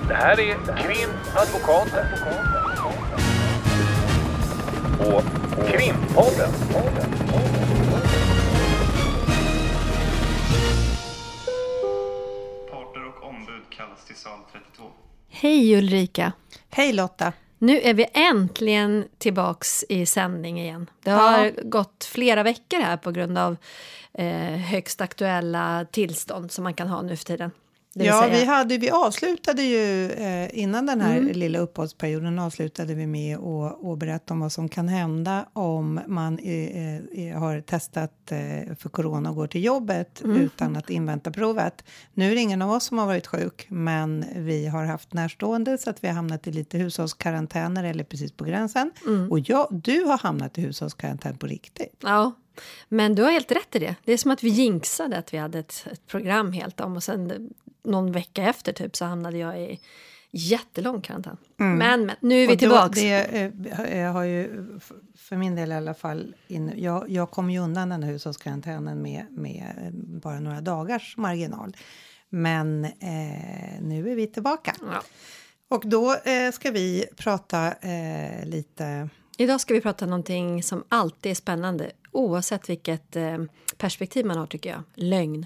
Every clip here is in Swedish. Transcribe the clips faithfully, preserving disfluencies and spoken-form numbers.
Det här är Krimadvokaten. Och Krimpodden. Parter och ombud kallas till sal trettiotvå. Hej Ulrika. Hej Lotta. Nu är vi äntligen tillbaks i sändning igen. Det har ja. gått flera veckor här på grund av eh, högst aktuella tillstånd som man kan ha nu för tiden. Ja, vi, hade, vi avslutade ju eh, innan den här mm. lilla uppehållsperioden avslutade vi med att, att berätta om vad som kan hända om man eh, eh, har testat eh, för corona och går till jobbet mm. utan att invänta provet. Nu är det ingen av oss som har varit sjuk, men vi har haft närstående så att vi har hamnat i lite hushållskarantäner eller precis på gränsen. Mm. Och jag, du har hamnat i hushållskarantän på riktigt. Ja. Men du har helt rätt i det. Det är som att vi jinxade att vi hade ett, ett program helt om. Och sen någon vecka efter typ så hamnade jag i jättelång karantän. Mm. Men, men nu är vi tillbaka. Det jag har ju för min del i alla fall. In, jag, jag kom ju undan den här hushållskarantänen med, med bara några dagars marginal. Men eh, nu är vi tillbaka. Ja. Och då eh, ska vi prata eh, lite... Idag ska vi prata någonting som alltid är spännande. Oavsett vilket eh, perspektiv man har tycker jag. Lögn.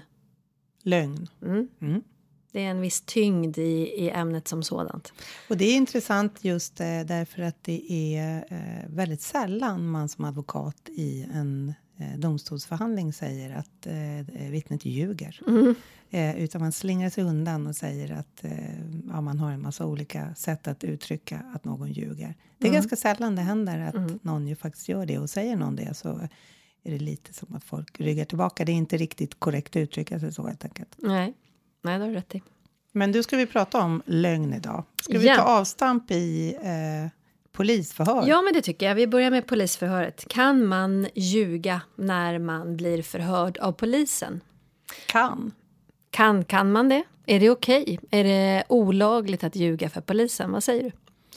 Lögn. Mm. Mm. Det är en viss tyngd i, i ämnet som sådant. Och det är intressant just eh, därför att det är eh, väldigt sällan man som advokat i en eh, domstolsförhandling säger att eh, vittnet ljuger. Mm. Eh, utan man slingrar sig undan och säger att eh, ja, man har en massa olika sätt att uttrycka att någon ljuger. Det är mm. ganska sällan det händer att mm. någon ju faktiskt gör det och säger någon det, så är det lite som att folk ryggar tillbaka. Det är inte riktigt korrekt att uttrycka sig så helt enkelt. Nej, Nej det har du rätt i. Men du ska vi prata om lögn idag. Ska vi ja. ta avstamp i eh, polisförhör? Ja, men det tycker jag. Vi börjar med polisförhöret. Kan man ljuga när man blir förhörd av polisen? Kan. Kan, kan man det? Är det okej? Okay? Är det olagligt att ljuga för polisen? Vad säger du?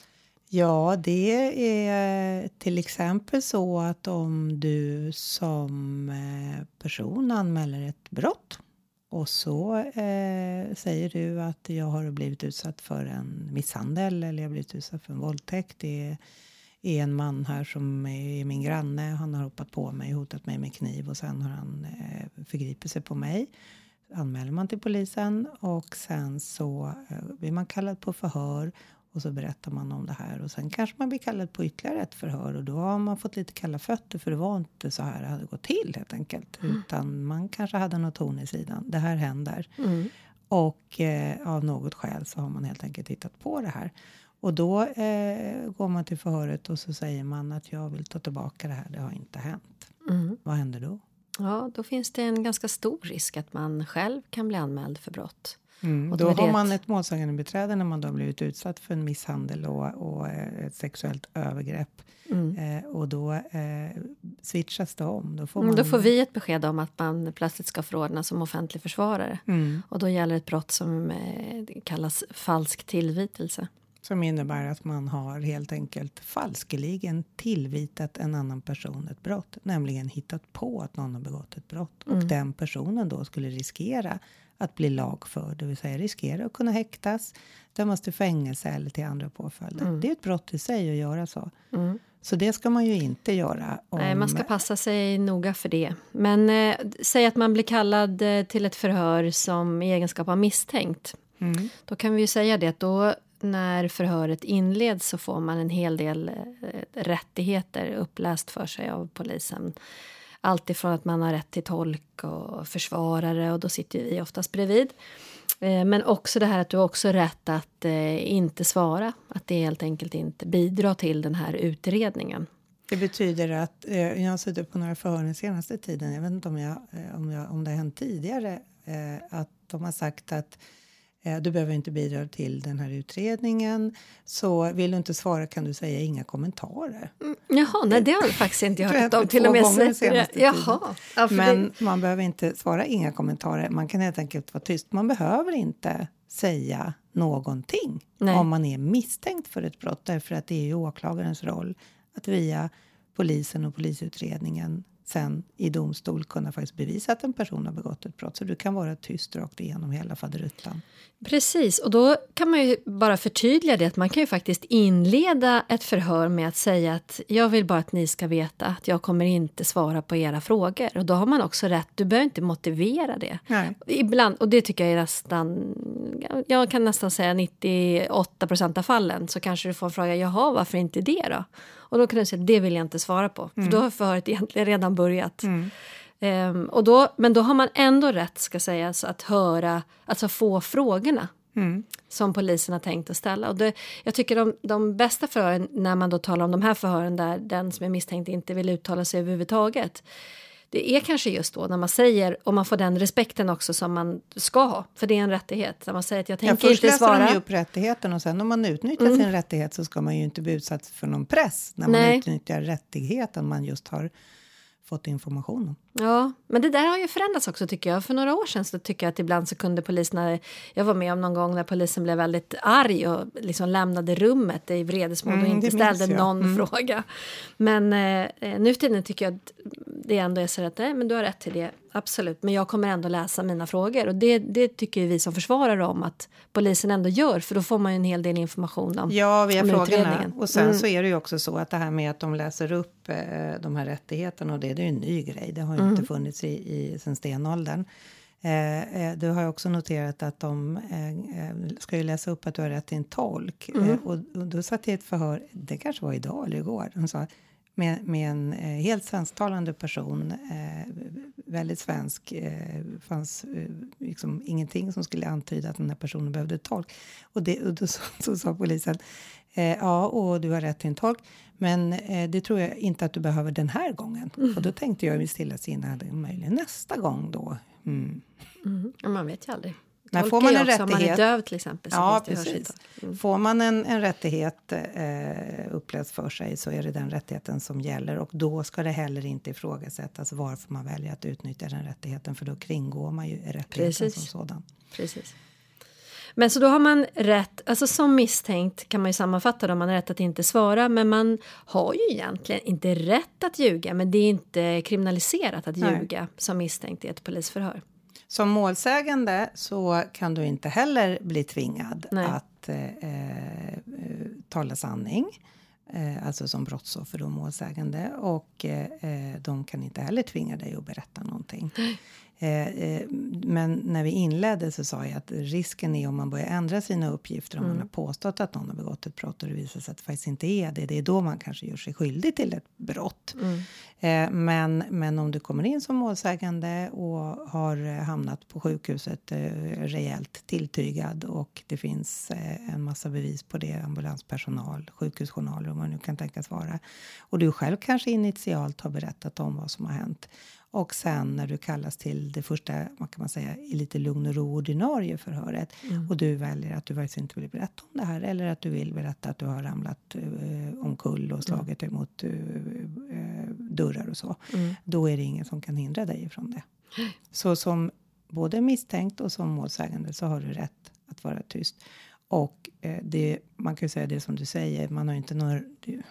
Ja, det är till exempel så att om du som person anmäler ett brott och så eh, säger du att jag har blivit utsatt för en misshandel eller jag har blivit utsatt för en våldtäkt. Det är en man här som är min granne. Han har hoppat på mig, hotat mig med kniv och sen har han eh, förgripit sig på mig. Anmäler man till polisen och sen så eh, blir man kallad på förhör. Och så berättar man om det här. Och sen kanske man blir kallad på ytterligare ett förhör. Och då har man fått lite kalla fötter. För det var inte så här det hade gått till helt enkelt. Mm. Utan man kanske hade något torn i sidan. Det här händer. Mm. Och eh, av något skäl så har man helt enkelt hittat på det här. Och då eh, går man till förhöret och så säger man att jag vill ta tillbaka det här. Det har inte hänt. Mm. Vad händer då? Ja, då finns det en ganska stor risk att man själv kan bli anmäld för brott. Mm, då har man ett målsägandebiträde när man då har blivit utsatt för en misshandel och, och ett sexuellt övergrepp. Mm. Eh, och då eh, switchas det om. Då får, man... då får vi ett besked om att man plötsligt ska förordnas som offentlig försvarare. Mm. Och då gäller ett brott som eh, kallas falsk tillvitelse. Som innebär att man har helt enkelt falskeligen tillvitat en annan person ett brott. Nämligen hittat på att någon har begått ett brott. Mm. Och den personen då skulle riskera att bli lagförd. Det vill säga riskera att kunna häktas. Dömas till fängelse eller till andra påföljder. Mm. Det är ett brott i sig att göra så. Mm. Så det ska man ju inte göra. Om... Nej, man ska passa sig noga för det. Men eh, säg att man blir kallad eh, till ett förhör som i egenskap av misstänkt. Mm. Då kan vi ju säga det att då när förhöret inleds så får man en hel del eh, rättigheter uppläst för sig av polisen. Allt ifrån att man har rätt till tolk och försvarare och då sitter vi oftast bredvid. Eh, men också det här att du har också rätt att eh, inte svara. Att det helt enkelt inte bidrar till den här utredningen. Det betyder att eh, jag har suttit på några förhör den senaste tiden. Jag vet inte om, jag, eh, om, jag, om det har hänt tidigare. Eh, att de har sagt att du behöver inte bidra till den här utredningen. Så vill du inte svara kan du säga inga kommentarer. Mm, jaha, nej det har jag faktiskt inte hört om. Till och med senaste jaha. Ja, men det... man behöver inte svara inga kommentarer. Man kan helt enkelt vara tyst. Man behöver inte säga någonting. Nej. Om man är misstänkt för ett brott. Därför att det är ju åklagarens roll att via polisen och polisutredningen sen i domstol kunna faktiskt bevisa att en person har begått ett brott. Så du kan vara tyst rakt igenom hela faderuttan. Precis, och då kan man ju bara förtydliga det att man kan ju faktiskt inleda ett förhör med att säga att jag vill bara att ni ska veta att jag kommer inte svara på era frågor. Och då har man också rätt, du behöver inte motivera det. Nej. Ibland, och det tycker jag är nästan, jag kan nästan säga nittioåtta procent av fallen så kanske du får en fråga, jaha varför inte det då? Och då kan du säga, det vill jag inte svara på. Mm. För då har förhöret egentligen redan börjat. Mm. Um, och då, men då har man ändå rätt, ska sägas, att höra, alltså få frågorna Mm. som polisen har tänkt att ställa. Och det, jag tycker de, de bästa förhören, när man då talar om de här förhören där den som är misstänkt inte vill uttala sig överhuvudtaget, det är kanske just då när man säger, och man får den respekten också som man ska ha, för det är en rättighet. När man säger att jag tänker ja, inte svara. Först läser de ju upp rättigheten och sen om man utnyttjar mm. sin rättighet så ska man ju inte bli utsatt för någon press när man Nej. utnyttjar rättigheten man just har fått information om. Ja, men det där har ju förändrats också tycker jag. För några år sedan så tycker jag att ibland så kunde polisen, jag var med om någon gång när polisen blev väldigt arg och liksom lämnade rummet i vredesmod mm, och inte ställde någon mm. fråga. Men eh, nu för tiden tycker jag att det ändå är så att nej, men du har rätt till det, absolut. Men jag kommer ändå läsa mina frågor och det, det tycker vi som försvarar om att polisen ändå gör, för då får man ju en hel del information om Ja, via om frågorna. Och sen mm. så är det ju också så att det här med att de läser upp eh, de här rättigheterna och det, det är ju en ny grej. Det har ju mm. inte funnits i, i sen stenåldern. Eh, eh, du har ju också noterat att de eh, ska ju läsa upp att du har rätt till en tolk. Mm. Eh, och, och då satt jag i ett förhör, det kanske var idag eller igår, de sa med, med en eh, helt svensktalande person, eh, väldigt svensk, eh, fanns eh, liksom ingenting som skulle antyda att den här personen behövde tolk. Och, det, och då så, så sa polisen, eh, ja och du har rätt till en tolk, men eh, det tror jag inte att du behöver den här gången. Mm. Och då tänkte jag i stillasinnade möjligen nästa gång då. Mm. Mm. Ja, man vet ju aldrig. När får man en också, rättighet? Om man är döv till exempel. Så ja, precis. Mm. Får man en, en rättighet eh, uppläst för sig så är det den rättigheten som gäller. Och då ska det heller inte ifrågasättas varför man väljer att utnyttja den rättigheten. För då kringgår man ju rättigheten precis. Som sådan. Precis. Men så då har man rätt, alltså som misstänkt kan man ju sammanfatta då, man har rätt att inte svara, men man har ju egentligen inte rätt att ljuga, men det är inte kriminaliserat att ljuga. Nej. Som misstänkt i ett polisförhör. Som målsägande så kan du inte heller bli tvingad Nej. Att eh, eh, tala sanning. Eh, alltså som brottsoffer och målsägande. Och eh, de kan inte heller tvinga dig att berätta någonting. Eh, eh, men när vi inledde så sa jag att risken är om man börjar ändra sina uppgifter. Om mm. man har påstått att någon har begått ett brott och det visar sig att det faktiskt inte är det. Det är då man kanske gör sig skyldig till ett brott. Mm. Eh, men, men om du kommer in som målsägande och har hamnat på sjukhuset eh, rejält tilltygad. Och det finns eh, en massa bevis på det. Ambulanspersonal, sjukhusjournaler om man nu kan tänkas vara. Och du själv kanske initialt har berättat om vad som har hänt. Och sen när du kallas till det första, vad kan man säga, i lite lugn och ro ordinarie förhöret. Mm. Och du väljer att du faktiskt inte vill berätta om det här. Eller att du vill berätta att du har ramlat eh, omkull och slagit mm. emot eh, dörrar och så. Mm. Då är det ingen som kan hindra dig ifrån det. Mm. Så som både misstänkt och som målsägande så har du rätt att vara tyst. Och eh, det, man kan ju säga det som du säger, man har inte några... Du,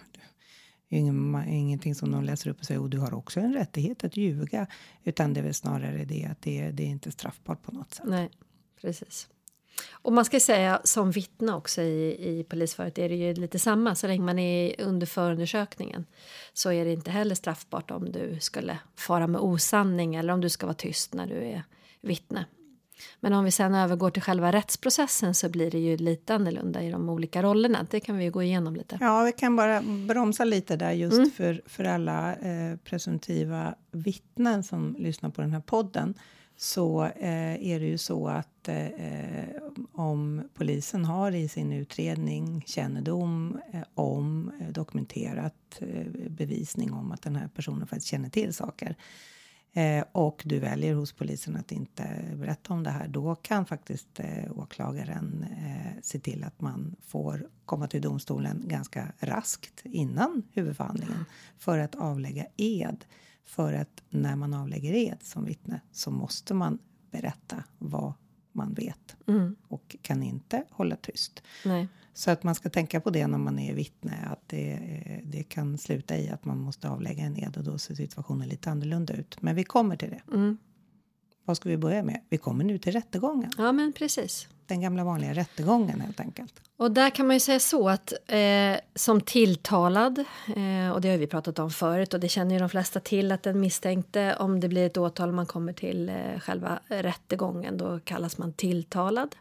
Ingen, ingenting som någon läser upp och säger och du har också en rättighet att ljuga, utan det är väl snarare det att det, det är inte straffbart på något sätt. Nej, precis. Och man ska säga som vittne också i, i polisförhöret är det ju lite samma. Så länge man är under förundersökningen så är det inte heller straffbart om du skulle fara med osanning eller om du ska vara tyst när du är vittne. Men om vi sen övergår till själva rättsprocessen så blir det ju lite annorlunda i de olika rollerna. Det kan vi ju gå igenom lite. Ja, vi kan bara bromsa lite där just mm. för, för alla eh, presumtiva vittnen som lyssnar på den här podden. Så eh, är det ju så att eh, om polisen har i sin utredning kännedom eh, om eh, dokumenterat eh, bevisning om att den här personen faktiskt känner till saker. Eh, och du väljer hos polisen att inte berätta om det här, då kan faktiskt eh, åklagaren eh, se till att man får komma till domstolen ganska raskt innan huvudförhandlingen för att avlägga ed. För att när man avlägger ed som vittne så måste man berätta vad man vet mm. och kan inte hålla tyst. Nej. Så att man ska tänka på det när man är vittne. Att det, det kan sluta i att man måste avlägga en ed. Och då ser situationen lite annorlunda ut. Men vi kommer till det. Mm. Vad ska vi börja med? Vi kommer nu till rättegången. Ja, men precis. Den gamla vanliga rättegången helt enkelt. Och där kan man ju säga så att eh, som tilltalad, eh, och det har vi pratat om förut och det känner ju de flesta till, att den misstänkte, om det blir ett åtal man kommer till eh, själva rättegången, då kallas man tilltalad.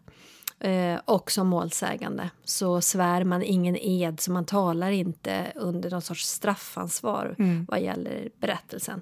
Eh, och som målsägande så svär man ingen ed, så man talar inte under någon sorts straffansvar mm. vad gäller berättelsen.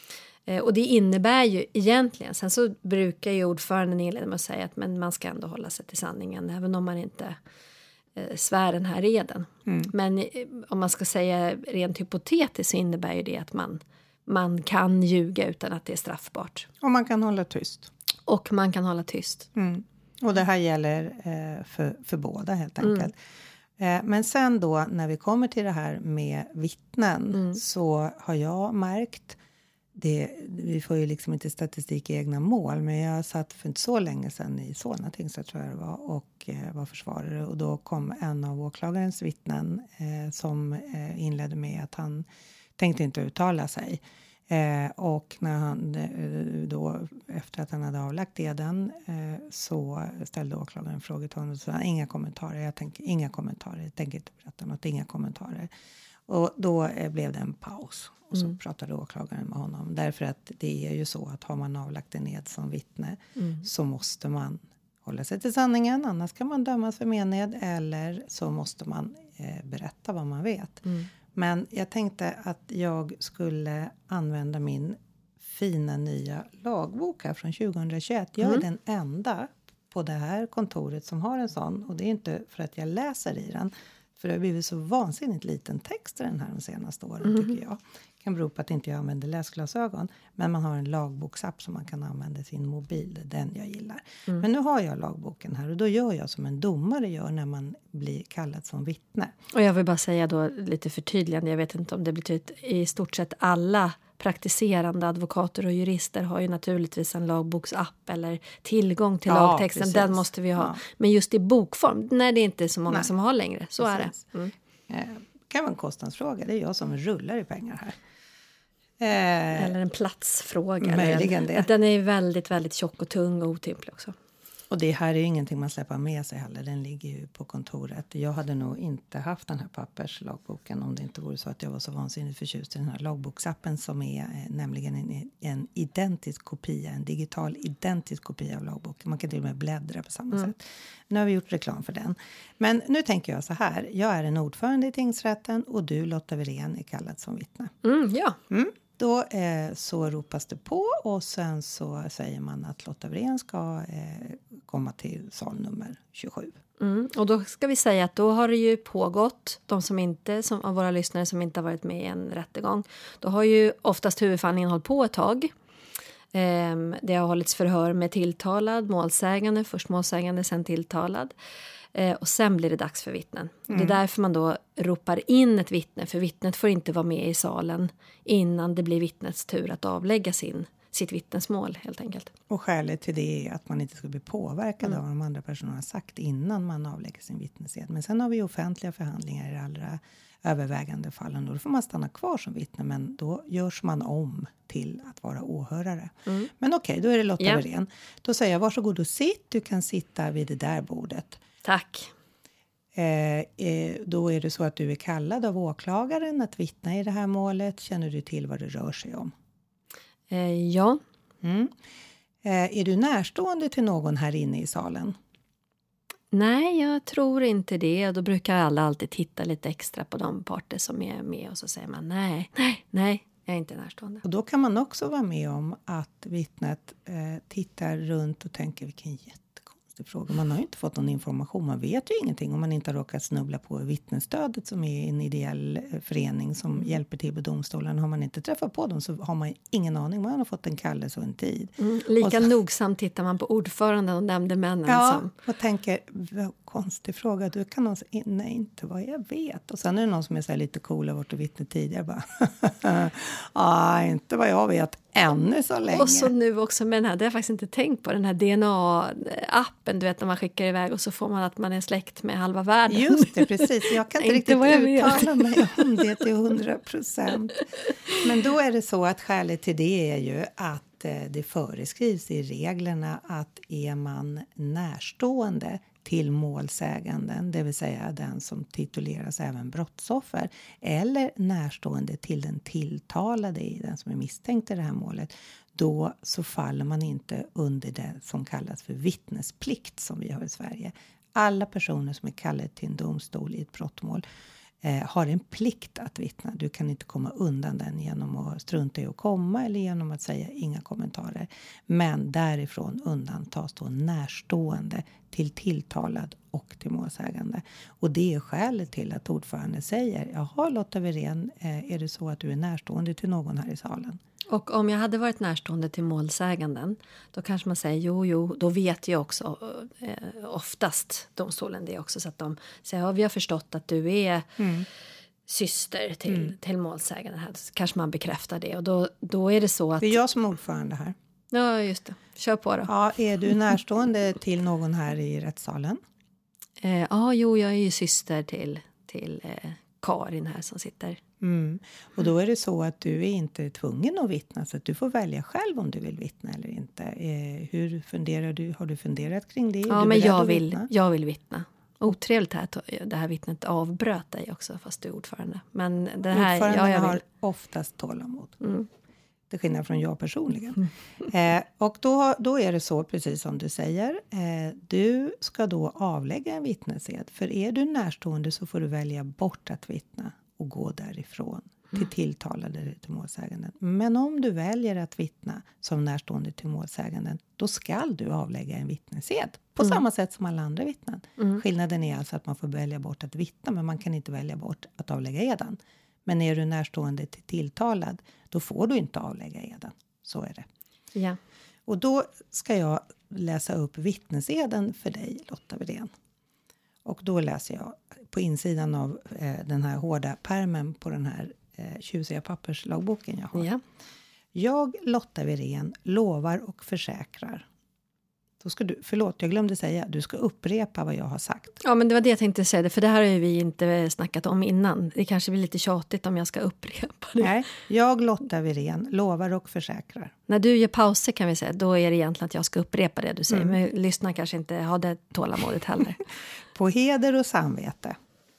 Eh, och det innebär ju egentligen, sen så brukar ju ordföranden inleda med att säga att men man ska ändå hålla sig till sanningen även om man inte eh, svär den här eden. Mm. Men eh, om man ska säga rent hypotetiskt så innebär ju det att man, man kan ljuga utan att det är straffbart. Och man kan hålla tyst. Och man kan hålla tyst. Mm. Och det här gäller eh, för, för båda helt enkelt. Mm. Eh, men sen då när vi kommer till det här med vittnen mm. så har jag märkt, det, vi får ju liksom inte statistik i egna mål, men jag satt för inte så länge sedan i Solna tingsrätt tror jag det var och eh, var försvarare. Och då kom en av åklagarens vittnen eh, som eh, inledde med att han tänkte inte uttala sig. Eh, och när han eh, då efter att han hade avlagt eden eh, så ställde åklagaren frågor till honom och sa inga kommentarer, jag tänker inga kommentarer, jag tänker inte berätta något, inga kommentarer. Och då eh, blev det en paus och så mm. pratade åklagaren med honom, därför att det är ju så att har man avlagt en ed som vittne mm. så måste man hålla sig till sanningen, annars kan man dömas för mened eller så måste man eh, berätta vad man vet. Mm. Men jag tänkte att jag skulle använda min fina nya lagbok här från tjugohundratjugoett. Jag är mm. den enda på det här kontoret som har en sån. Och det är inte för att jag läser i den. För det har blivit så vansinnigt liten text i den här de senaste åren mm. tycker jag. Det kan bero på att inte jag använder läsglasögon. Men man har en lagboksapp som man kan använda i sin mobil. Det är den jag gillar. Mm. Men nu har jag lagboken här. Och då gör jag som en domare gör när man blir kallad som vittne. Och jag vill bara säga då lite förtydligande. Jag vet inte om det betyder i stort sett alla praktiserande advokater och jurister har ju naturligtvis en lagboksapp eller tillgång till ja, lagtexten. Precis. Den måste vi ha. Ja. Men just i bokform, när det inte är så många Nej. som har längre. Så precis. är det. Mm. Eh, kan vara en kostnadsfråga. Det är jag som rullar i pengar här. Eh, eller en platsfråga. Möjligen eller, det. Att den är väldigt, väldigt tjock och tung och otymplig också. Och det här är ju ingenting man släpper med sig heller. Den ligger ju på kontoret. Jag hade nog inte haft den här papperslagboken om det inte vore så att jag var så vansinnigt förtjust i den här lagboksappen som är eh, nämligen en, en identisk kopia, en digital identisk kopia av lagboken. Man kan till och med bläddra på samma mm. sätt. Nu har vi gjort reklam för den. Men nu tänker jag så här. Jag är en ordförande i tingsrätten och du, Lotta Wirén, är kallad som vittne. Mm, ja. Mm. Då eh, så ropas det på och sen så säger man att Lotta Wirén ska eh, komma till sal nummer tjugosju. Mm, och då ska vi säga att då har det ju pågått, de som inte, som, av våra lyssnare som inte har varit med i en rättegång, då har ju oftast huvudförhandlingen hållit på ett tag. Eh, det har hållits förhör med tilltalad, målsägande, först målsägande, sen tilltalad. Eh, och sen blir det dags för vittnen. Mm. Det är därför man då ropar in ett vittne. För vittnet får inte vara med i salen innan det blir vittnets tur att avlägga sin, sitt vittnesmål helt enkelt. Och skälet till det är att man inte ska bli påverkad mm. av vad de andra personerna har sagt innan man avlägger sin vittnesed. Men sen har vi offentliga förhandlingar i allra övervägande fallen. Då får man stanna kvar som vittne, men då görs man om till att vara åhörare. Mm. Men okej, okay, då är det Lotta yeah. Wirén. Då säger jag, varsågod och sitt. Du kan sitta vid det där bordet. Tack. Eh, eh, då är det så att du är kallad av åklagaren att vittna i det här målet. Känner du till vad det rör sig om? Eh, ja. Mm. Eh, är du närstående till någon här inne i salen? Nej, jag tror inte det. Då brukar alla alltid titta lite extra på de parter som är med. Och så säger man nej, nej, nej. Jag är inte närstående. Och då kan man också vara med om att vittnet eh, tittar runt och tänker vilken jättekonstig fråga. Man har ju inte fått någon information. Man vet ju ingenting om man inte har råkat snubbla på vittnesstödet som är en ideell förening som hjälper till på domstolen. Har man inte träffat på dem så har man ingen aning. Man har fått en kallelse och en tid. Mm, lika så, nogsamt tittar man på ordföranden och nämnde männen. Ja, som... och tänker, vad konstig fråga. Du kan någon säga, nej inte vad jag vet. Och sen är det någon som är så här lite cool och varit och vittne tidigare. Bara, ah, inte vad jag vet. ännu så länge. Och så nu också med den här, det har jag faktiskt inte tänkt på, den här D N A-appen, du vet när man skickar iväg och så får man att man är släkt med halva världen. Just det, precis. Jag kan inte, inte riktigt uttala mig om det till hundra procent. Men då är det så att skälet till det är ju att det föreskrivs i reglerna att är man närstående till målsäganden, det vill säga den som tituleras även brottsoffer, eller närstående till den tilltalade i den som är misstänkt i det här målet, då så faller man inte under det som kallas för vittnesplikt som vi har i Sverige. Alla personer som är kallade till en domstol i ett brottmål eh, har en plikt att vittna. Du kan inte komma undan den genom att strunta i att komma eller genom att säga inga kommentarer. Men därifrån undantas då närstående till tilltalad och till målsägande. Och det är skälet till att ordförande säger, jaha Lotta Wirén, eh, är det så att du är närstående till någon här i salen? Och om jag hade varit närstående till målsäganden, då kanske man säger jo, jo, då vet jag också eh, oftast domstolen det också, så att de säger, ja, vi har förstått att du är mm. syster till, mm. till målsäganden här, så kanske man bekräftar det, och då, då är det så att... Det är jag som är ordförande här. Ja, just det. Kör på då. Ja, är du närstående till någon här i rättssalen? Eh, ja, jo, jag är ju syster till, till eh, Karin här som sitter. Mm. Och då är det så att du är inte tvungen att vittna, så att du får välja själv om du vill vittna eller inte. Eh, hur funderar du? Har du funderat kring det? Är ja, du men jag vill, vittna? jag vill vittna. Otrevligt här, det här vittnet avbröt dig också fast du är ordförande. Men det här, ordföranden ja, jag vill. har oftast tålamod. Mm. Det skillnad från jag personligen. Mm. Eh, och då, då är det så, precis som du säger. Eh, du ska då avlägga en vittnesed. För är du närstående så får du välja bort att vittna och gå därifrån till tilltalade till målsäganden. Men om du väljer att vittna som närstående till målsäganden, då ska du avlägga en vittnesed. På mm. samma sätt som alla andra vittnen. Mm. Skillnaden är alltså att man får välja bort att vittna, men man kan inte välja bort att avlägga eden. Men är du närstående till tilltalad, då får du inte avlägga eden. Så är det. Ja. Och då ska jag läsa upp vittneseden för dig, Lotta Wirén. Och då läser jag på insidan av eh, den här hårda pärmen på den här eh, tjusiga papperslagboken jag har. Ja. Jag, Lotta Wirén, lovar och försäkrar. Då ska du, förlåt, jag glömde säga, du ska upprepa vad jag har sagt. Ja, men det var det jag tänkte säga, för det här har ju vi inte snackat om innan. Det kanske blir lite tjatigt om jag ska upprepa det. Nej, jag, Lotta Wirén, lovar och försäkrar. När du gör pauser kan vi säga, då är det egentligen att jag ska upprepa det du säger. Mm. Men lyssna kanske inte har det tålamodet heller. På heder och samvete.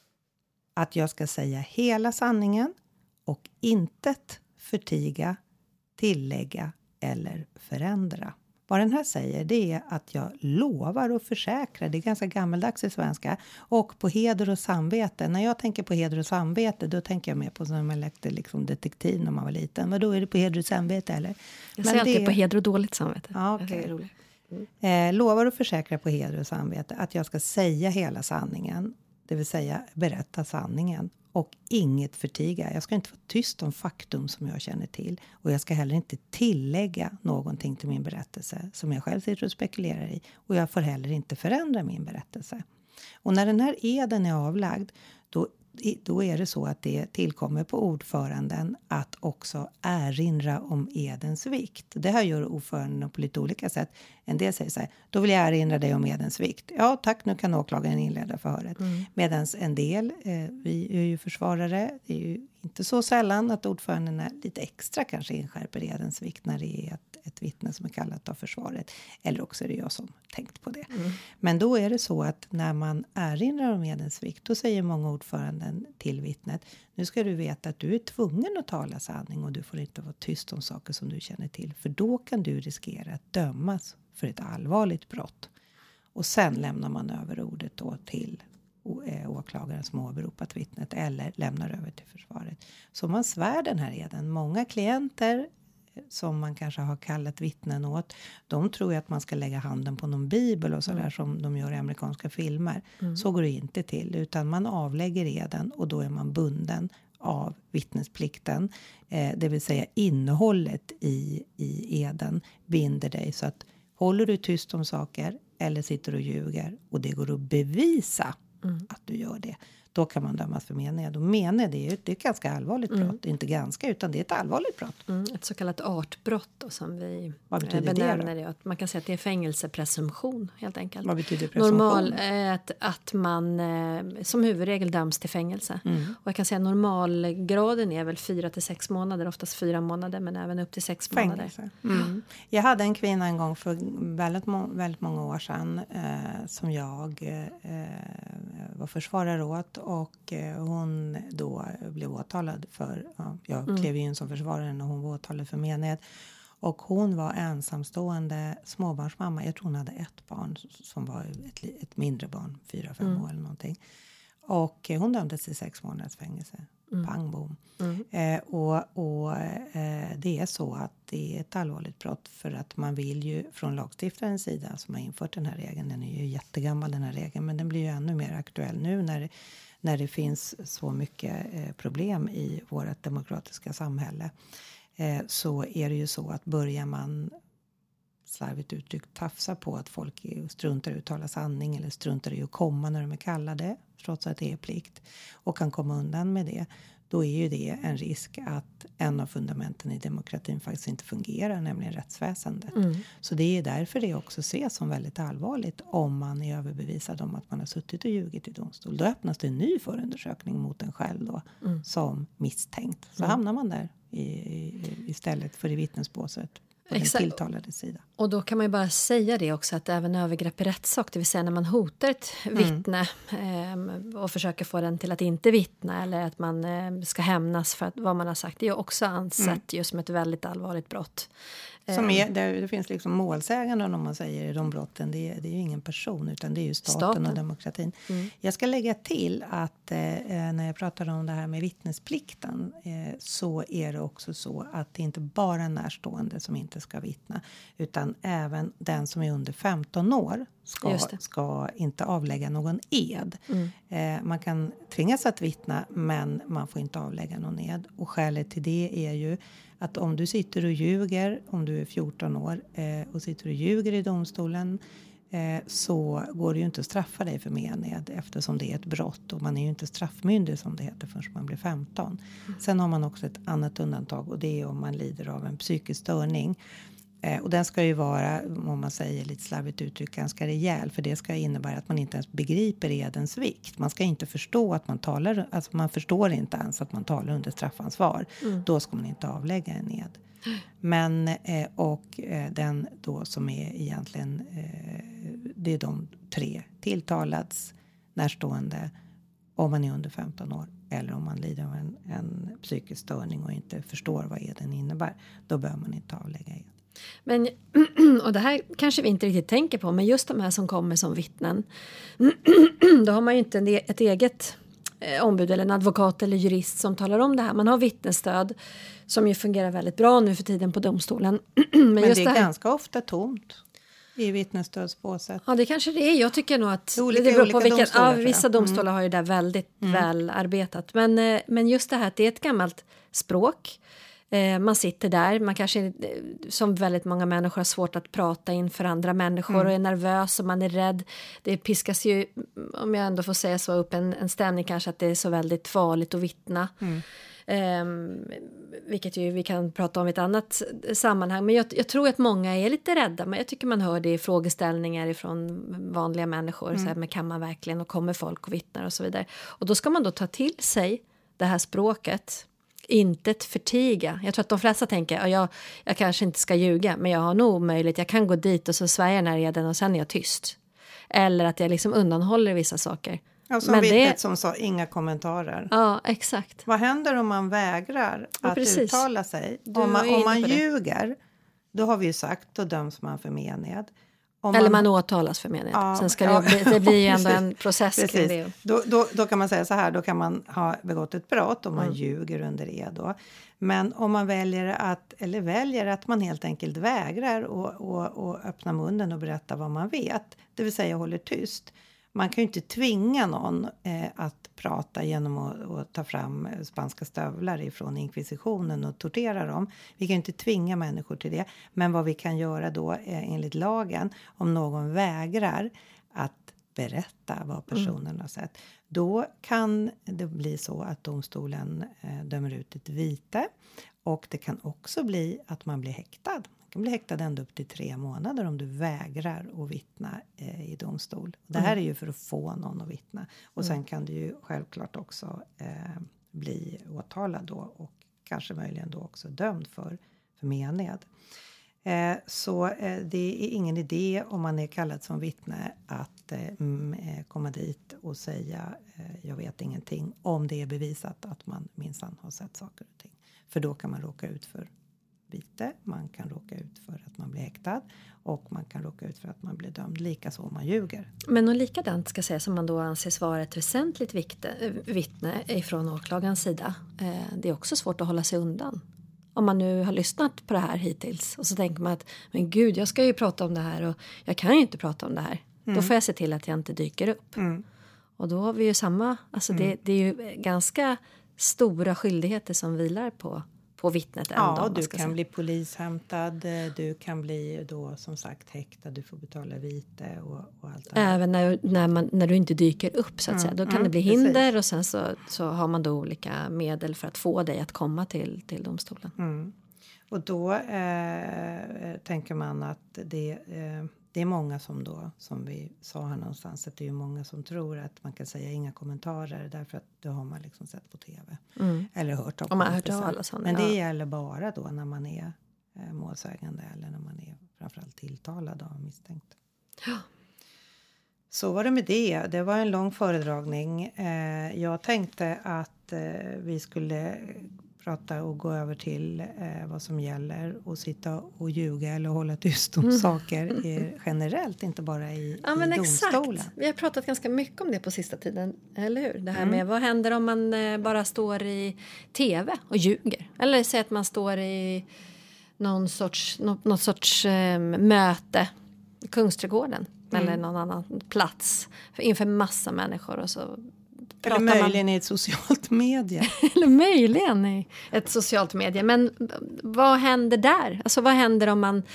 Att jag ska säga hela sanningen och intet förtiga, tillägga eller förändra. Vad den här säger, det är att jag lovar och försäkrar. Det är ganska gammaldags i svenska. Och på heder och samvete. När jag tänker på heder och samvete, då tänker jag mer på som man lekte liksom detektiv när man var liten. Men då är det på heder och samvete, eller? Jag säger alltid det... på heder och dåligt samvete. Ja, okej. Okay. Mm. Eh, lovar och försäkrar på heder och samvete att jag ska säga hela sanningen. Det vill säga berätta sanningen. Och inget förtiga. Jag ska inte vara tyst om faktum som jag känner till. Och jag ska heller inte tillägga någonting till min berättelse som jag själv sitter och spekulerar i. Och jag får heller inte förändra min berättelse. Och när den här eden är avlagd, då, då är det så att det tillkommer på ordföranden att också erinra om edens vikt. Det här gör ordföranden på lite olika sätt. En del säger så här, då vill jag erinra dig om edens vikt. Ja tack, nu kan åklagaren inleda förhöret. Mm. Medan en del, eh, vi är ju försvarare, det är ju inte så sällan att ordföranden är lite extra kanske inskärper edens vikt när det är ett, ett vittne som är kallat av försvaret. Eller också är det jag som tänkt på det. Mm. Men då är det så att när man erinrar om edens vikt, då säger många ordföranden till vittnet, nu ska du veta att du är tvungen att tala sanning och du får inte vara tyst om saker som du känner till. För då kan du riskera att dömas för ett allvarligt brott. Och sen lämnar man över ordet då till åklagaren som har åberopat vittnet eller lämnar över till försvaret. Så man svär den här eden. Många klienter som man kanske har kallat vittnen åt, de tror ju att man ska lägga handen på någon bibel och sådär mm. som de gör i amerikanska filmer. Mm. Så går det inte till, utan man avlägger eden och då är man bunden av vittnesplikten. Eh, det vill säga innehållet i, i eden binder dig, så att håller du tyst om saker eller sitter och ljuger och det går att bevisa mm. att du gör det, då kan man dömas för mened. Och mened det är ju det är ett ganska allvarligt brott. Mm. Inte ganska, utan det är ett allvarligt brott. Mm, ett så kallat artbrott då, som vi Vad betyder benämner det det. Att man kan säga att det är fängelsepresumtion helt enkelt. Vad betyder presumtion? Normal är att, att man eh, som huvudregel döms till fängelse. Mm. Och jag kan säga att normalgraden är väl fyra till sex månader. Oftast fyra månader, men även upp till sex månader. Fängelse. Mm. Jag hade en kvinna en gång för väldigt, må- väldigt många år sedan eh, som jag eh, var försvarare åt, och eh, hon då blev åtalad för, ja, jag Mm. klev in som försvarare när hon var åtalad för mened, och hon var ensamstående småbarnsmamma. Jag tror hon hade ett barn som var ett, li- ett mindre barn, fyra, fem Mm. år eller någonting, och eh, hon dömdes till sex månaders fängelse. Mm. Pang bom. Mm. Eh, och och eh, det är så att det är ett allvarligt brott, för att man vill ju från lagstiftarens sida som har infört den här regeln, den är ju jättegammal den här regeln, men den blir ju ännu mer aktuell nu när, när det finns så mycket eh, problem i vårt demokratiska samhälle. Eh, så är det ju så att börjar man slarvigt uttryckt tafsa på att folk struntar i att tala sanning eller struntar i att komma när de är kallade, trots att det är plikt, och kan komma undan med det, då är ju det en risk att en av fundamenten i demokratin faktiskt inte fungerar, nämligen rättsväsendet. Mm. Så det är därför det också ses som väldigt allvarligt om man är överbevisad om att man har suttit och ljugit i domstol. Då öppnas det en ny förundersökning mot en själv då, Mm. som misstänkt. Så Mm. hamnar man där i, i, istället för i vittnesbåset på den Exakt. tilltalade sida. Och då kan man ju bara säga det också, att även övergrepp i rättssak, det vill säga när man hotar ett Mm. vittne eh, och försöker få den till att inte vittna, eller att man eh, ska hämnas för att, vad man har sagt, det är ju också ansett Mm. just som ett väldigt allvarligt brott. Som Eh, är, det, det finns liksom målsäganden om man säger i de brotten. Det är, det är ju ingen person, utan det är ju staten, Staten. och demokratin. Mm. Jag ska lägga till att eh, när jag pratar om det här med vittnesplikten eh, så är det också så att det inte bara är närstående som inte ska vittna, utan även den som är under femton år ska, Just det. ska inte avlägga någon ed. Mm. Eh, man kan tvingas att vittna, men man får inte avlägga någon ed. Och skälet till det är ju att om du sitter och ljuger, om du är fjorton år eh, och sitter och ljuger i domstolen, eh, så går det ju inte att straffa dig för mened, eftersom det är ett brott, och man är ju inte straffmyndig som det heter förrän man blir femton. Mm. Sen har man också ett annat undantag, och det är om man lider av en psykisk störning. Eh, och den ska ju vara, om man säger lite slarvigt uttryck, ganska rejäl, för det ska innebära att man inte ens begriper edens vikt. Man ska inte förstå att man talar, alltså man förstår inte ens att man talar under straffansvar. Mm. Då ska man inte avlägga en ed. Men, eh, och eh, den då som är egentligen, eh, det är de tre: tilltalads, närstående, om man är under femton år, eller om man lider av en, en psykisk störning och inte förstår vad eden innebär. Då bör man inte avlägga ed. Men, och det här kanske vi inte riktigt tänker på, men just de här som kommer som vittnen, då har man ju inte ett eget eh, ombud eller en advokat eller jurist som talar om det här. Man har vittnesstöd som ju fungerar väldigt bra nu för tiden på domstolen. men, men just det är det här, ganska ofta tomt i vittnesstödsbåset. ja, det kanske det är. Jag tycker nog att olika, det beror på olika vilken, domstolar, ja, tror jag. vissa domstolar Mm. har ju det väldigt Mm. väl arbetat. Men, eh, men just det här att det är ett gammalt språk. Eh, man sitter där, man kanske eh, som väldigt många människor har svårt att prata inför andra människor Mm. och är nervös och man är rädd. Det piskas ju, om jag ändå får säga så, upp en, en stämning kanske att det är så väldigt farligt att vittna. Mm. Eh, vilket ju vi kan prata om i ett annat sammanhang. Men jag, jag tror att många är lite rädda. Men jag tycker man hör det i frågeställningar ifrån vanliga människor. Mm. Så här, men kan man verkligen, och kommer folk och vittnar och så vidare. Och då ska man då ta till sig det här språket. Inte ett förtiga. Jag tror att de flesta tänker, ja, jag, jag kanske inte ska ljuga, men jag har nog möjlighet. Jag kan gå dit och så svär jag den här eden och sen är jag tyst. Eller att jag liksom undanhåller vissa saker. Ja, som men vittnet det, som sa inga kommentarer. ja, exakt. Vad händer om man vägrar Ja, att precis. uttala sig? Du Om var man, inne om man på det. ljuger, då har vi ju sagt, då döms man för mened. Om Eller man åtalas för mened. Ja, Sen ska ja, det, bli, det blir ju ändå precis. en process kring Precis. det. Då, då, då kan man säga så här, då kan man ha begått ett brott om man Mm. ljuger under ed då. Men om man väljer att, eller väljer att man helt enkelt vägrar och, och, och öppna munnen och berätta vad man vet, det vill säga håller tyst. Man kan ju inte tvinga någon eh, att prata genom att, att ta fram spanska stövlar ifrån inkvisitionen och tortera dem. Vi kan ju inte tvinga människor till det. Men vad vi kan göra då eh, enligt lagen, om någon vägrar att berätta vad personen mm. har sett. Då kan det bli så att domstolen eh, dömer ut ett vite. Och det kan också bli att man blir häktad. Man kan bli häktad ända upp till tre månader om du vägrar att vittna eh, i domstol. Det här mm. är ju för att få någon att vittna. Och sen kan du ju självklart också eh, bli åtalad då. Och kanske möjligen då också dömd för, för mened. Eh, så eh, det är ingen idé om man är kallad som vittne att eh, m- komma dit och säga eh, jag vet ingenting. Om det är bevisat att man minsann har sett saker och ting. För då kan man råka ut för vite, man kan råka ut för att man blir häktad och man kan råka ut för att man blir dömd, likaså om man ljuger. Men och likadant ska säga som man då anses vara ett väsentligt vikte, vittne ifrån åklagarens sida. Eh, det är också svårt att hålla sig undan. Om man nu har lyssnat på det här hittills och så tänker man att men gud, jag ska ju prata om det här och jag kan ju inte prata om det här. Mm. Då får jag se till att jag inte dyker upp. Mm. Och då har vi ju samma, alltså mm. det, det är ju ganska stora skyldigheter som vilar på, på vittnet. Ja, du kan säga. bli polishämtad, du kan bli då som sagt häktad, du får betala vite och, och allt det här. Även när, när, man, när du inte dyker upp så att mm, säga. Då kan mm, det bli hinder precis. Och sen så, så har man då olika medel för att få dig att komma till, till domstolen. Mm. Och då eh, tänker man att det, eh, det är många som då, som vi sa här någonstans, att det är många som tror att man kan säga inga kommentarer därför att det har man liksom sett på tv. Mm. Eller hört om. Om man har hört talas om det. Men det ja. gäller bara då när man är eh, målsägande eller när man är framförallt tilltalad och misstänkt. Ja. Så var det med det. Det var en lång föredragning. Eh, jag tänkte att eh, vi skulle prata och gå över till eh, vad som gäller och sitta och ljuga eller hålla tyst om mm. saker eh, generellt, inte bara i, ja, men i domstolen. Exakt. Vi har pratat ganska mycket om det på sista tiden, eller hur? Det här mm. med vad händer om man eh, bara står i tv och ljuger? Eller säg att man står i någon sorts, något, något sorts eh, möte i Kungsträdgården mm. eller någon annan plats inför massa människor och så eller möjligen man... i ett socialt medie. Eller möjligen i ett socialt medie. Men vad händer där? Alltså vad händer om man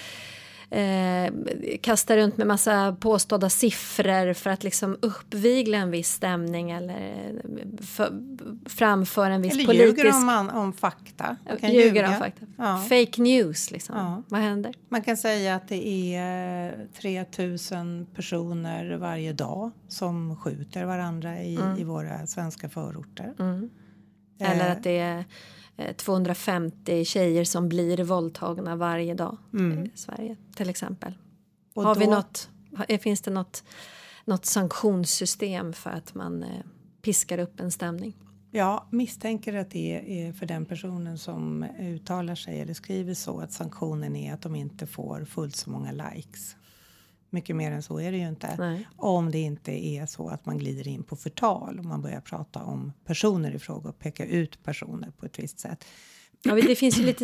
eh, kastar runt med massa påstådda siffror för att liksom uppvigla en viss stämning eller för, framför en viss eller politisk... Eller ljuger om, man, om fakta. Man kan ljuger ljuga. om fakta. Ja. Fake news liksom. Ja. Vad händer? Man kan säga att det är tre tusen personer varje dag som skjuter varandra i, mm. i våra svenska förorter. Mm. Eller att det är tvåhundrafemtio tjejer som blir våldtagna varje dag mm. i Sverige till exempel. Och Har då, vi något, finns det något, något sanktionssystem för att man eh, piskar upp en stämning? Ja, misstänker att det är för den personen som uttalar sig eller skriver så att sanktionen är att de inte får fullt så många likes. Mycket mer än så är det ju inte. Nej. Om det inte är så att man glider in på förtal och man börjar prata om personer i fråga och peka ut personer på ett visst sätt. Ja, det finns ju lite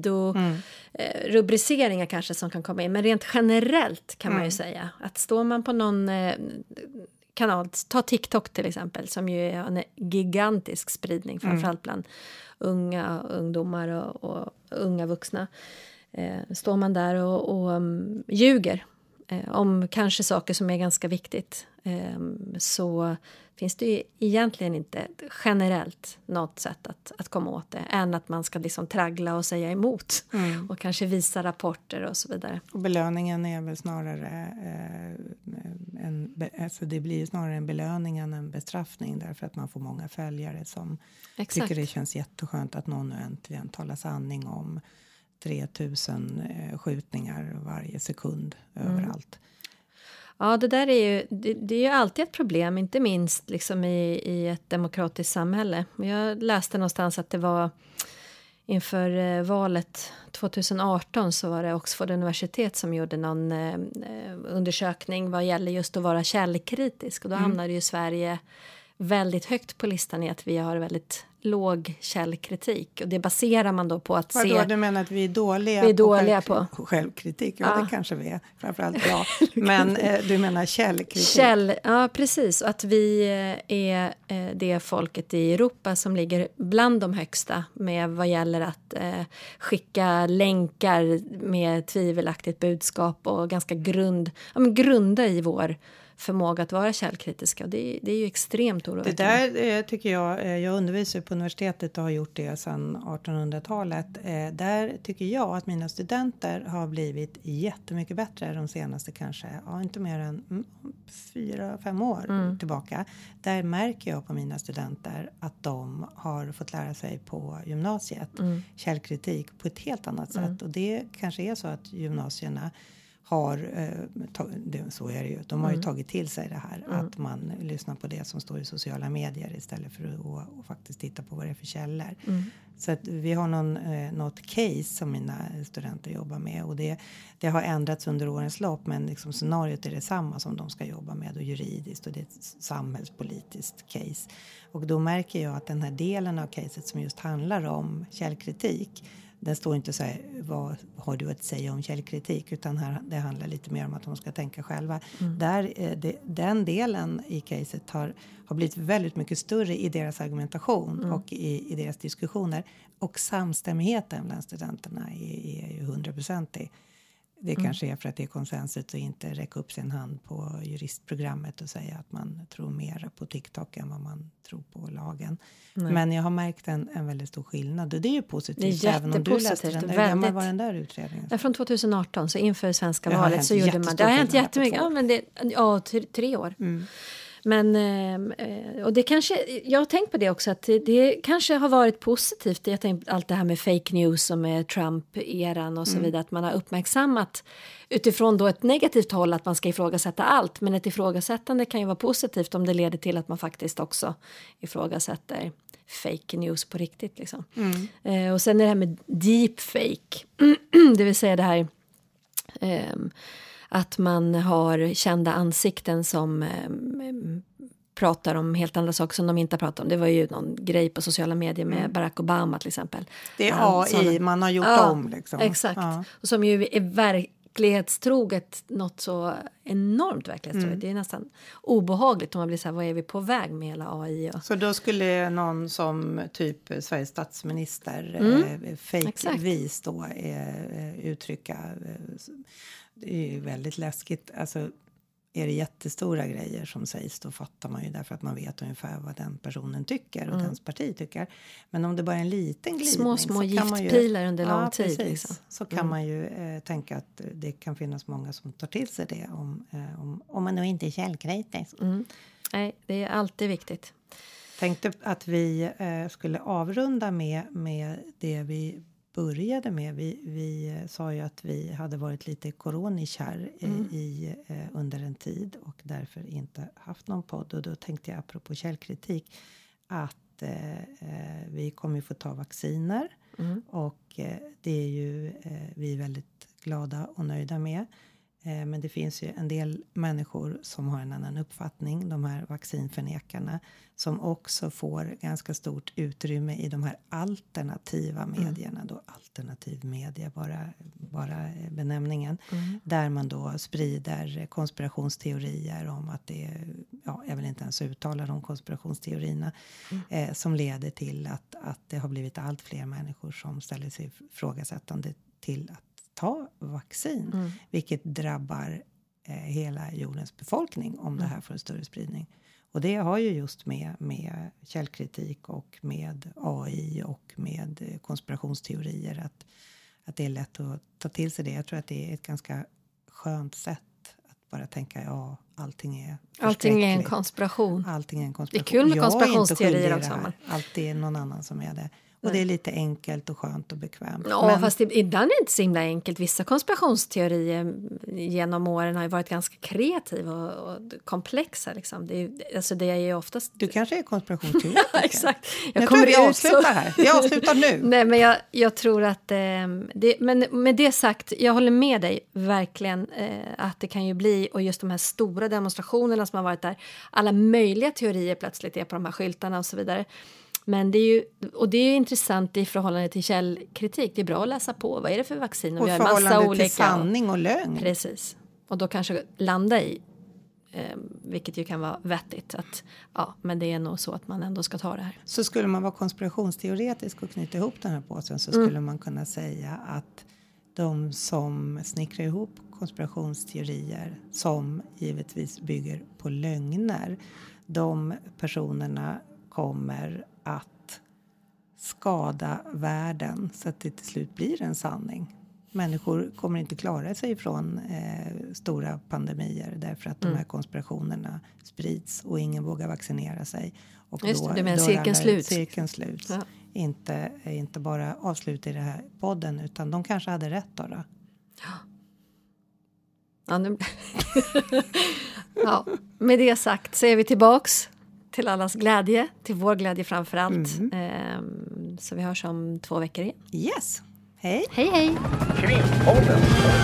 sidorubriceringar mm. eh, kanske som kan komma in. Men rent generellt kan mm. man ju säga att står man på någon eh, kanal, ta TikTok till exempel som ju är en gigantisk spridning framförallt bland unga ungdomar och, och unga vuxna. Eh, står man där och, och um, ljuger eh, om kanske saker som är ganska viktigt eh, så finns det ju egentligen inte generellt något sätt att, att komma åt det än att man ska liksom traggla och säga emot mm. och kanske visa rapporter och så vidare. Och belöningen är väl snarare eh, en, alltså det blir snarare en belöning än en bestraffning därför att man får många följare som Exakt. Tycker det känns jätteskönt att någon nu äntligen talar sanning om tre tusen eh, skjutningar varje sekund mm. överallt. Ja, det där är ju, det, det är ju alltid ett problem, inte minst liksom i, i ett demokratiskt samhälle. Jag läste någonstans att det var inför eh, valet tjugoarton så var det Oxford universitet som gjorde någon eh, undersökning vad gäller just att vara källkritisk. Och då mm. hamnade ju Sverige väldigt högt på listan i att vi har väldigt låg källkritik. Och det baserar man då på att Vadå, se... Vadå, du menar att vi är dåliga, vi är dåliga på, själv, på självkritik? Ja, ja, det kanske vi är. Framförallt jag. Men eh, du menar källkritik? Käll, ja, precis. Och att vi är eh, det folket i Europa som ligger bland de högsta med vad gäller att eh, skicka länkar med tvivelaktigt budskap och ganska grund, ja, men grunda i vår förmåga att vara källkritiska. Och det, det är ju extremt oroväckande. Det där eh, tycker jag, eh, jag undervisar på universitetet och har gjort det sedan artonhundratalet. Eh, där tycker jag att mina studenter har blivit jättemycket bättre de senaste kanske, ja inte mer än mm, fyra, fem år mm. tillbaka. Där märker jag på mina studenter att de har fått lära sig på gymnasiet mm. källkritik på ett helt annat sätt. Mm. Och det kanske är så att gymnasierna har, eh, tag, det, så är det ju, de har mm. ju tagit till sig det här. Mm. Att man lyssnar på det som står i sociala medier istället för att och, och faktiskt titta på vad det är för källor. Mm. Så att vi har någon, eh, något case som mina studenter jobbar med. Och det, det har ändrats under årens lopp, men liksom scenariot är detsamma som de ska jobba med. Och juridiskt, och det är ett samhällspolitiskt case. Och då märker jag att den här delen av caset som just handlar om källkritik, den står inte så här, vad har du att säga om källkritik, utan här, det handlar lite mer om att de ska tänka själva. Mm. Där, det, den delen i caset har, har blivit väldigt mycket större i deras argumentation mm. och i, i deras diskussioner. Och samstämmigheten bland studenterna är, är ju hundraprocentig. Det mm. kanske är för att det är konsensus och inte räcka upp sin hand på juristprogrammet och säga att man tror mer på TikTok än vad man tror på lagen. Nej. Men jag har märkt en, en väldigt stor skillnad, och det är ju positivt. Det är även om du läste den. Hur gammal var den där utredningen? Ja, från tjugoarton, så inför svenska det valet så gjorde man det. har hänt jättemycket. Ja, men det, ja, tre, tre år. Mm. Men, och det kanske, jag har tänkt på det också, att det, det kanske har varit positivt. Jag tänkte allt det här med fake news och med Trump-eran och så mm. vidare, att man har uppmärksammat utifrån då ett negativt håll att man ska ifrågasätta allt. Men ett ifrågasättande kan ju vara positivt om det leder till att man faktiskt också ifrågasätter fake news på riktigt. Liksom. Mm. Och sen är det här med deepfake, det vill säga det här... Um, att man har kända ansikten som eh, pratar om helt andra saker som de inte har pratat om. Det var ju någon grej på sociala medier med mm. Barack Obama till exempel. Det är A I, sådana, man har gjort ja, om. Liksom. Exakt. Ja. Och som ju är verklighetstroget, något så enormt verklighetstroget. Mm. Det är nästan obehagligt om man blir så här, vad är vi på väg med hela A I? Och... Så då skulle någon som typ Sveriges statsminister mm. eh, fake-vis då eh, uttrycka... Eh, det är ju väldigt läskigt. Alltså, är det jättestora grejer som sägs, då fattar man ju därför att man vet ungefär vad den personen tycker och mm. ens parti tycker. Men om det bara är en liten glidning, små, små så kan man ju, giftpilar under lång ja, tid. Precis, liksom. Så kan mm. man ju eh, tänka att det kan finnas många som tar till sig det om, eh, om, om man nog inte är källkritisk. Mm. Nej, det är alltid viktigt. Tänkte att vi eh, skulle avrunda med, med det vi började med. Vi, vi sa ju att vi hade varit lite koronikär mm. i, eh, under en tid och därför inte haft någon podd. Och då tänkte jag apropå källkritik att eh, vi kommer få ta vacciner mm. och eh, det är ju eh, vi är väldigt glada och nöjda med. Eh, men det finns ju en del människor som har en annan uppfattning, de här vaccinförnekarna, som också får ganska stort utrymme i de här alternativa medierna. Mm. Då alternativ media, bara, bara benämningen. Mm. Där man då sprider konspirationsteorier om att det är, ja, jag vill inte ens uttala de konspirationsteorierna, mm. eh, som leder till att, att det har blivit allt fler människor som ställer sig frågasättande till att ta vaccin, mm. vilket drabbar eh, hela jordens befolkning om mm. det här får en större spridning. Och det har ju just med, med källkritik och med A I och med eh, konspirationsteorier att, att det är lätt att ta till sig det. Jag tror att det är ett ganska skönt sätt att bara tänka, ja, allting är allting är en konspiration. Allting är en konspiration. Det är kul med konspirationsteorier också. Allt är någon annan som är det. Och det är lite enkelt och skönt och bekvämt. Ja, men... fast ibland är det inte så himla enkelt. Vissa konspirationsteorier genom åren har ju varit ganska kreativa och, och komplexa. Liksom. Det, är, alltså det är ju oftast... Du kanske är konspirationsteorier. Ja, exakt. Jag, jag kommer tror vi avslutar så... här. Vi avslutar nu. Nej, men jag, jag tror att... Eh, det, men med det sagt, jag håller med dig verkligen eh, att det kan ju bli, och just de här stora demonstrationerna som har varit där, alla möjliga teorier plötsligt är på de här skyltarna och så vidare. Men det är ju, och det är ju intressant i förhållande till källkritik. Det är bra att läsa på. Vad är det för vaccin? Och vi har förhållande massa olika, till sanning och lögn. Precis. Och då kanske landa i, eh, vilket ju kan vara vettigt. Att, ja, men det är nog så att man ändå ska ta det här. Så skulle man vara konspirationsteoretisk och knyta ihop den här påsen, så skulle mm. man kunna säga att de som snickrar ihop konspirationsteorier som givetvis bygger på lögner, de personerna kommer att skada världen så att det till slut blir en sanning. Människor kommer inte klara sig från eh, stora pandemier därför att mm. de här konspirationerna sprids och ingen vågar vaccinera sig. Och Just då, det, med då cirkeln slut. Cirkeln slut. Ja. Inte, inte bara avslut i den här podden, utan de kanske hade rätt då. då. Ja. Ja, nu... ja, med det sagt så är vi tillbaks till allas glädje, till vår glädje framförallt. Mm. Ehm, så vi hörs om två veckor igen. Yes, hej! Hej hej! Krimpodden.